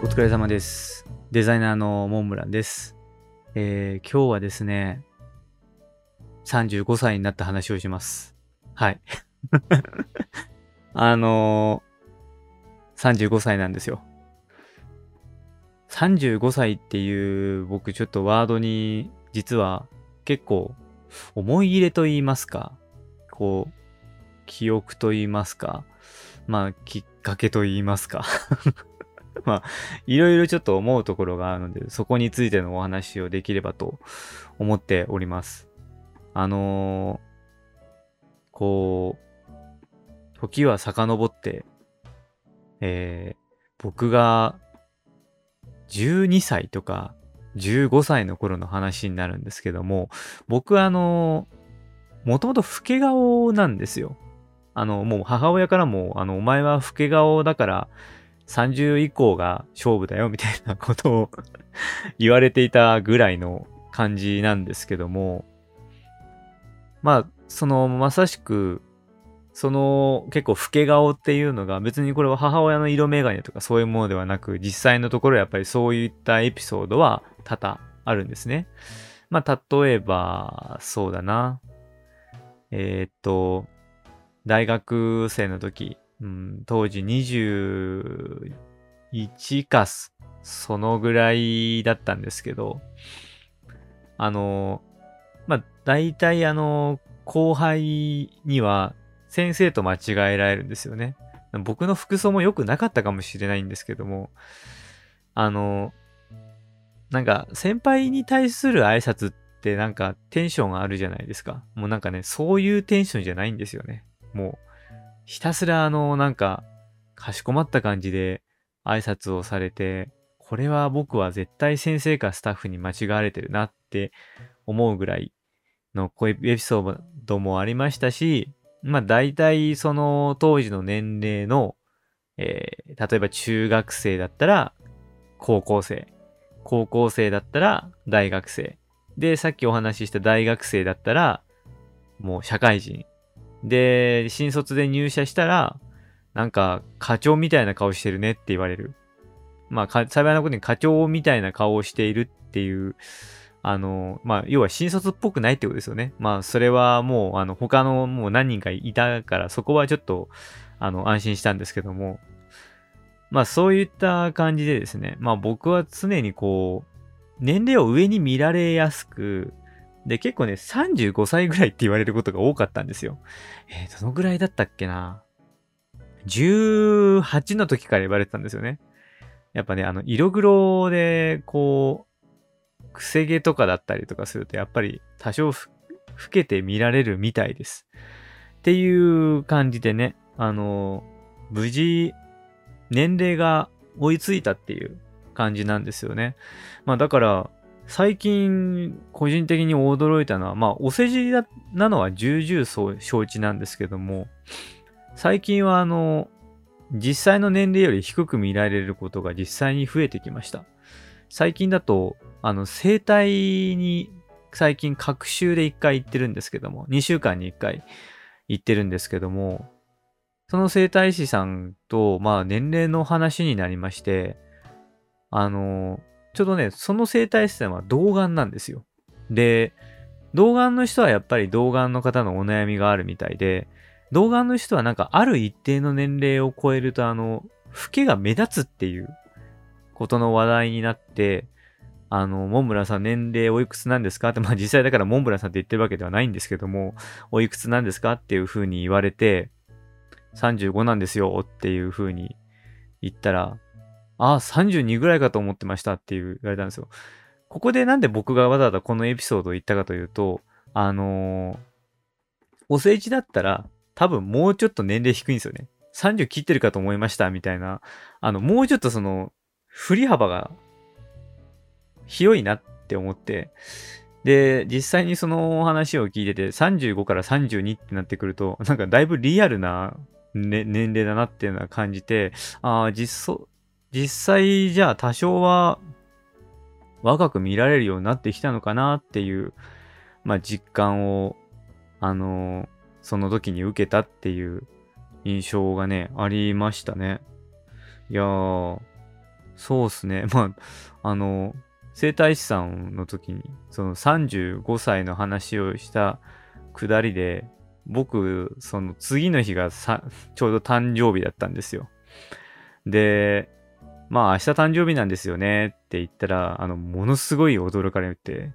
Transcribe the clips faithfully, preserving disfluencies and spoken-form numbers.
お疲れ様です。デザイナーのモンブランです。えー、今日はですね、さんじゅうごさいになった話をします。はい。あのー、さんじゅうごさいなんですよ。さんじゅうごさいっていう僕ちょっとワードに実は結構思い入れと言いますか、こう、記憶と言いますか、まあきっかけと言いますか。まあ、いろいろちょっと思うところがあるので、そこについてのお話をできればと思っております。あのー、こう、時は遡って、えー、僕がじゅうにさいとかじゅうごさいの頃の話になるんですけども、僕はあのー、もともと老け顔なんですよ。あの、もう母親からも、あの、お前は老け顔だから、さんじゅう以降が勝負だよ、みたいなことを言われていたぐらいの感じなんですけども、まあ、その、まさしく、その、結構老け顔っていうのが、別にこれは母親の色眼鏡とかそういうものではなく、実際のところやっぱりそういったエピソードは多々あるんですね。まあ、例えば、そうだな。えーっと、大学生の時、うん、当時にじゅういちかす、そのぐらいだったんですけど、あの、まあ、大体あの、後輩には先生と間違えられるんですよね。僕の服装も良くなかったかもしれないんですけども、あの、なんか先輩に対する挨拶ってなんかテンションがあるじゃないですか。もうなんかね、そういうテンションじゃないんですよね。もう、ひたすらあの、なんか、かしこまった感じで挨拶をされて、これは僕は絶対先生かスタッフに間違われてるなって思うぐらいのこういうエピソードもありましたし、まあ大体その当時の年齢の、えー、例えば中学生だったら高校生、高校生だったら大学生、で、さっきお話しした大学生だったらもう社会人、で、新卒で入社したら、なんか課長みたいな顔してるねって言われる。まあ、か幸いなことに課長みたいな顔をしているっていう、あの、まあ、要は新卒っぽくないってことですよね。まあ、それはもう、あの、他のもう何人かいたから、そこはちょっと、あの、安心したんですけども、まあ、そういった感じでですね、まあ、僕は常にこう、年齢を上に見られやすく、で、結構ね、さんじゅうごさいぐらいって言われることが多かったんですよ。えー、どのぐらいだったっけな。じゅうはちの時から言われてたんですよね。やっぱね、あの、色黒で、こう、くせ毛とかだったりとかすると、やっぱり多少ふ老けて見られるみたいです。っていう感じでね、あの、無事、年齢が追いついたっていう感じなんですよね。まあだから、最近、個人的に驚いたのは、まあ、お世辞だなのは重々そう承知なんですけども、最近はあの、実際の年齢より低く見られることが実際に増えてきました。最近だと、あの、整体に最近隔週でいっかい行ってるんですけども、にしゅうかんにいっかい行ってるんですけども、その整体師さんと、まあ年齢の話になりまして、あの、ちょうどね、その整体師さんは童顔なんですよ。で、童顔の人はやっぱり童顔の方のお悩みがあるみたいで、童顔の人はなんかある一定の年齢を超えるとあの、老けが目立つっていうことの話題になって、あの、モンブランさん年齢おいくつなんですかって、まあ実際だからモンブランさんって言ってるわけではないんですけども、おいくつなんですかっていう風に言われて、さんじゅうごなんですよっていう風に言ったら、ああ、さんじゅうにぐらいかと思ってましたっていう言われたんですよ。ここでなんで僕がわざわざこのエピソードを言ったかというと、あのー、お世辞だったら多分もうちょっと年齢低いんですよね。さんじゅう切ってるかと思いましたみたいな、あの、もうちょっとその、振り幅が広いなって思って、で、実際にその話を聞いてて、さんじゅうごからさんじゅうにってなってくると、なんかだいぶリアルな、ね、年齢だなっていうのは感じて、ああ、実そ、実際じゃあ多少は若く見られるようになってきたのかなっていう、まあ実感を、あのーその時に受けたっていう印象がね、ありましたね。いやー、 そうっすね。まあ、あの、整体師さんの時に、そのさんじゅうごさいの話をしたくだりで、僕、その次の日がさちょうど誕生日だったんですよ。で、まあ、明日誕生日なんですよねって言ったら、あの、ものすごい驚かれて、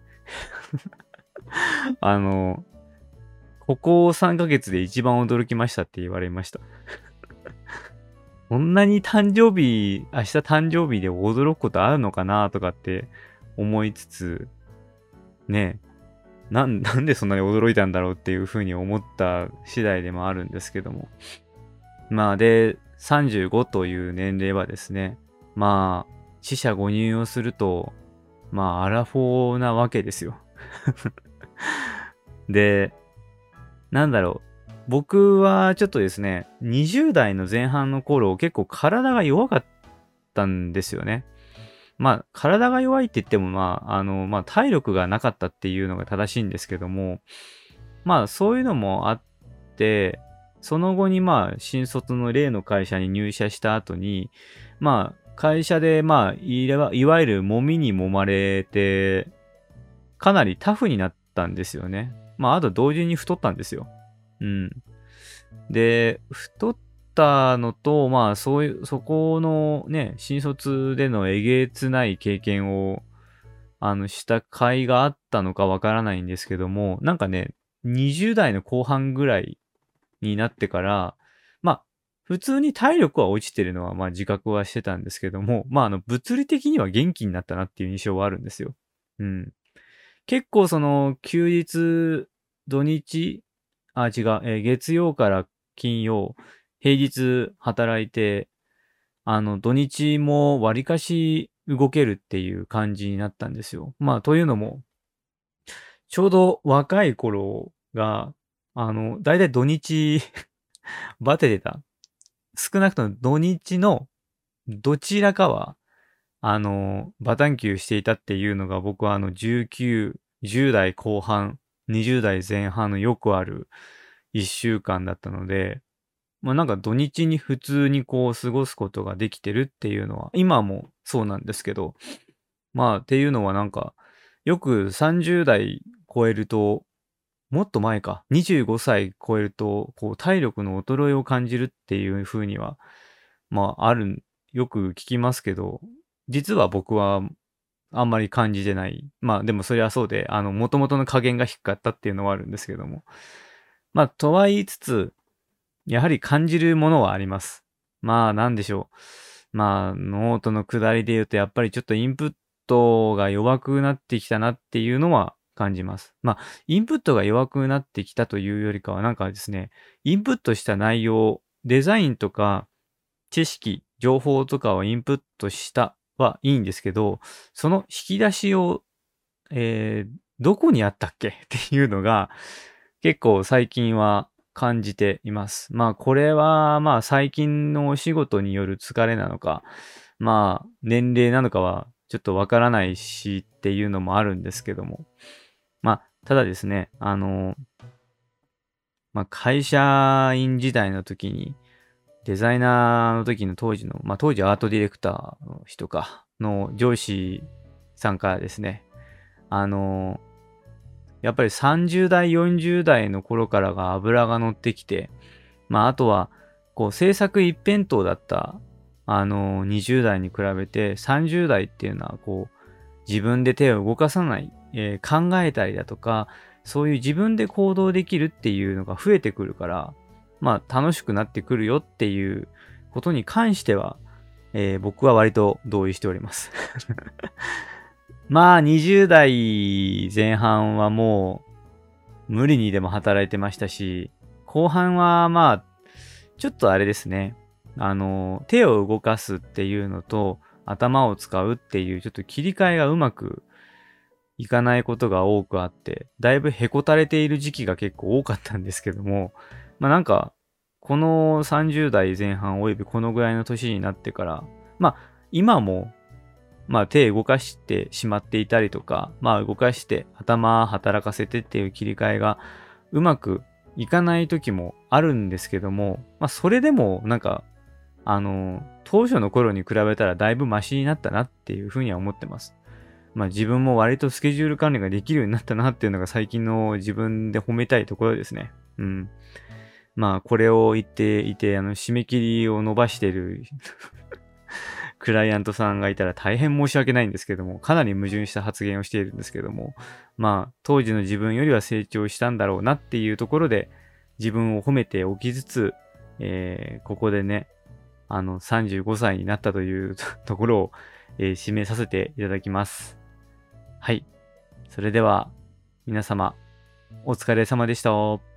あの、ここさんかげつで一番驚きましたって言われました。こんなに誕生日、明日誕生日で驚くことあるのかなとかって思いつつ、ね、なん、なんでそんなに驚いたんだろうっていうふうに思った次第でもあるんですけども。まあ、で、さんじゅうごという年齢はですね、まあ、四捨五入をすると、まあ、アラフォーなわけですよ。で、なんだろう。僕はちょっとですね、にじゅう代の前半の頃、結構体が弱かったんですよね。まあ、体が弱いって言っても、まあ、あの、まあ、体力がなかったっていうのが正しいんですけども、まあ、そういうのもあって、その後にまあ、新卒の例の会社に入社した後に、まあ、会社でまあ、いわいわゆる揉みに揉まれて、かなりタフになったんですよね。まあ、あと同時に太ったんですよ。うん。で、太ったのと、まあ、そういう、そこのね、新卒でのえげつない経験を、あの、した甲斐があったのかわからないんですけども、なんかね、にじゅう代の後半ぐらいになってから、まあ、普通に体力は落ちてるのは、まあ自覚はしてたんですけども、まあ、あの、物理的には元気になったなっていう印象はあるんですよ。うん。結構その、休日、土日、あ、違う、えー月曜から金曜、平日働いて、あの、土日もわりかし動けるっていう感じになったんですよ。まあ、というのも、ちょうど若い頃が、あの、だいたい土日バテてた。少なくとも土日のどちらかは、あの、バタンキューしていたっていうのが僕はあのじゅうきゅう、じゅう代後半、にじゅう代前半のよくあるいっしゅうかんだったので、まあなんか土日に普通にこう過ごすことができてるっていうのは、今もそうなんですけど、まあっていうのはなんか、よくさんじゅう代超えると、もっと前か、にじゅうごさい超えると、こう体力の衰えを感じるっていう風には、まあある、よく聞きますけど、実は僕はあんまり感じてない。まあでもそれはそうで、あの、元々の加減が低かったっていうのはあるんですけども。まあとは言いつつ、やはり感じるものはあります。まあ、なんでしょう。まあ、ノートの下りで言うと、やっぱりちょっとインプットが弱くなってきたなっていうのは感じます。まあ、インプットが弱くなってきたというよりかは、なんかですね、インプットした内容、デザインとか知識、情報とかをインプットしたはいいんですけど、その引き出しを、えーどこにあったっけっていうのが、結構最近は感じています。まあ、これは、まあ、最近のお仕事による疲れなのか、まあ、年齢なのかはちょっとわからないしっていうのもあるんですけども。まあ、ただですね、あの、まあ、会社員時代の時に、デザイナーの時の当時の、まあ、当時アートディレクターの人か、の上司さんからですね、あの、やっぱりさんじゅう代、よんじゅう代の頃からが脂が乗ってきて、まあ、あとは、こう、制作一辺倒だった、あの、にじゅう代に比べて、さんじゅう代っていうのは、こう、自分で手を動かさない、えー考えたりだとか、そういう自分で行動できるっていうのが増えてくるから、まあ、楽しくなってくるよっていうことに関しては、えー僕は割と同意しております。まあ、にじゅう代前半はもう、無理にでも働いてましたし、後半はまあ、ちょっとあれですね。あの、手を動かすっていうのと、頭を使うっていう、ちょっと切り替えがうまくいかないことが多くあって、だいぶへこたれている時期が結構多かったんですけども、まあなんか、このさんじゅう代前半およびこのぐらいの年になってから、まあ今も、まあ手動かしてしまっていたりとか、まあ動かして頭働かせてっていう切り替えがうまくいかない時もあるんですけども、まあそれでもなんか、 あの、当初の頃に比べたらだいぶマシになったなっていうふうには思ってます。まあ自分も割とスケジュール管理ができるようになったなっていうのが最近の自分で褒めたいところですね。うん。まあこれを言っていて、あの、締め切りを伸ばしてるクライアントさんがいたら大変申し訳ないんですけども、かなり矛盾した発言をしているんですけども、まあ当時の自分よりは成長したんだろうなっていうところで自分を褒めておきつつ、えー、ここでね、あのさんじゅうごさいになったというところを、えー、締めさせていただきます。はい。それでは皆様お疲れ様でした。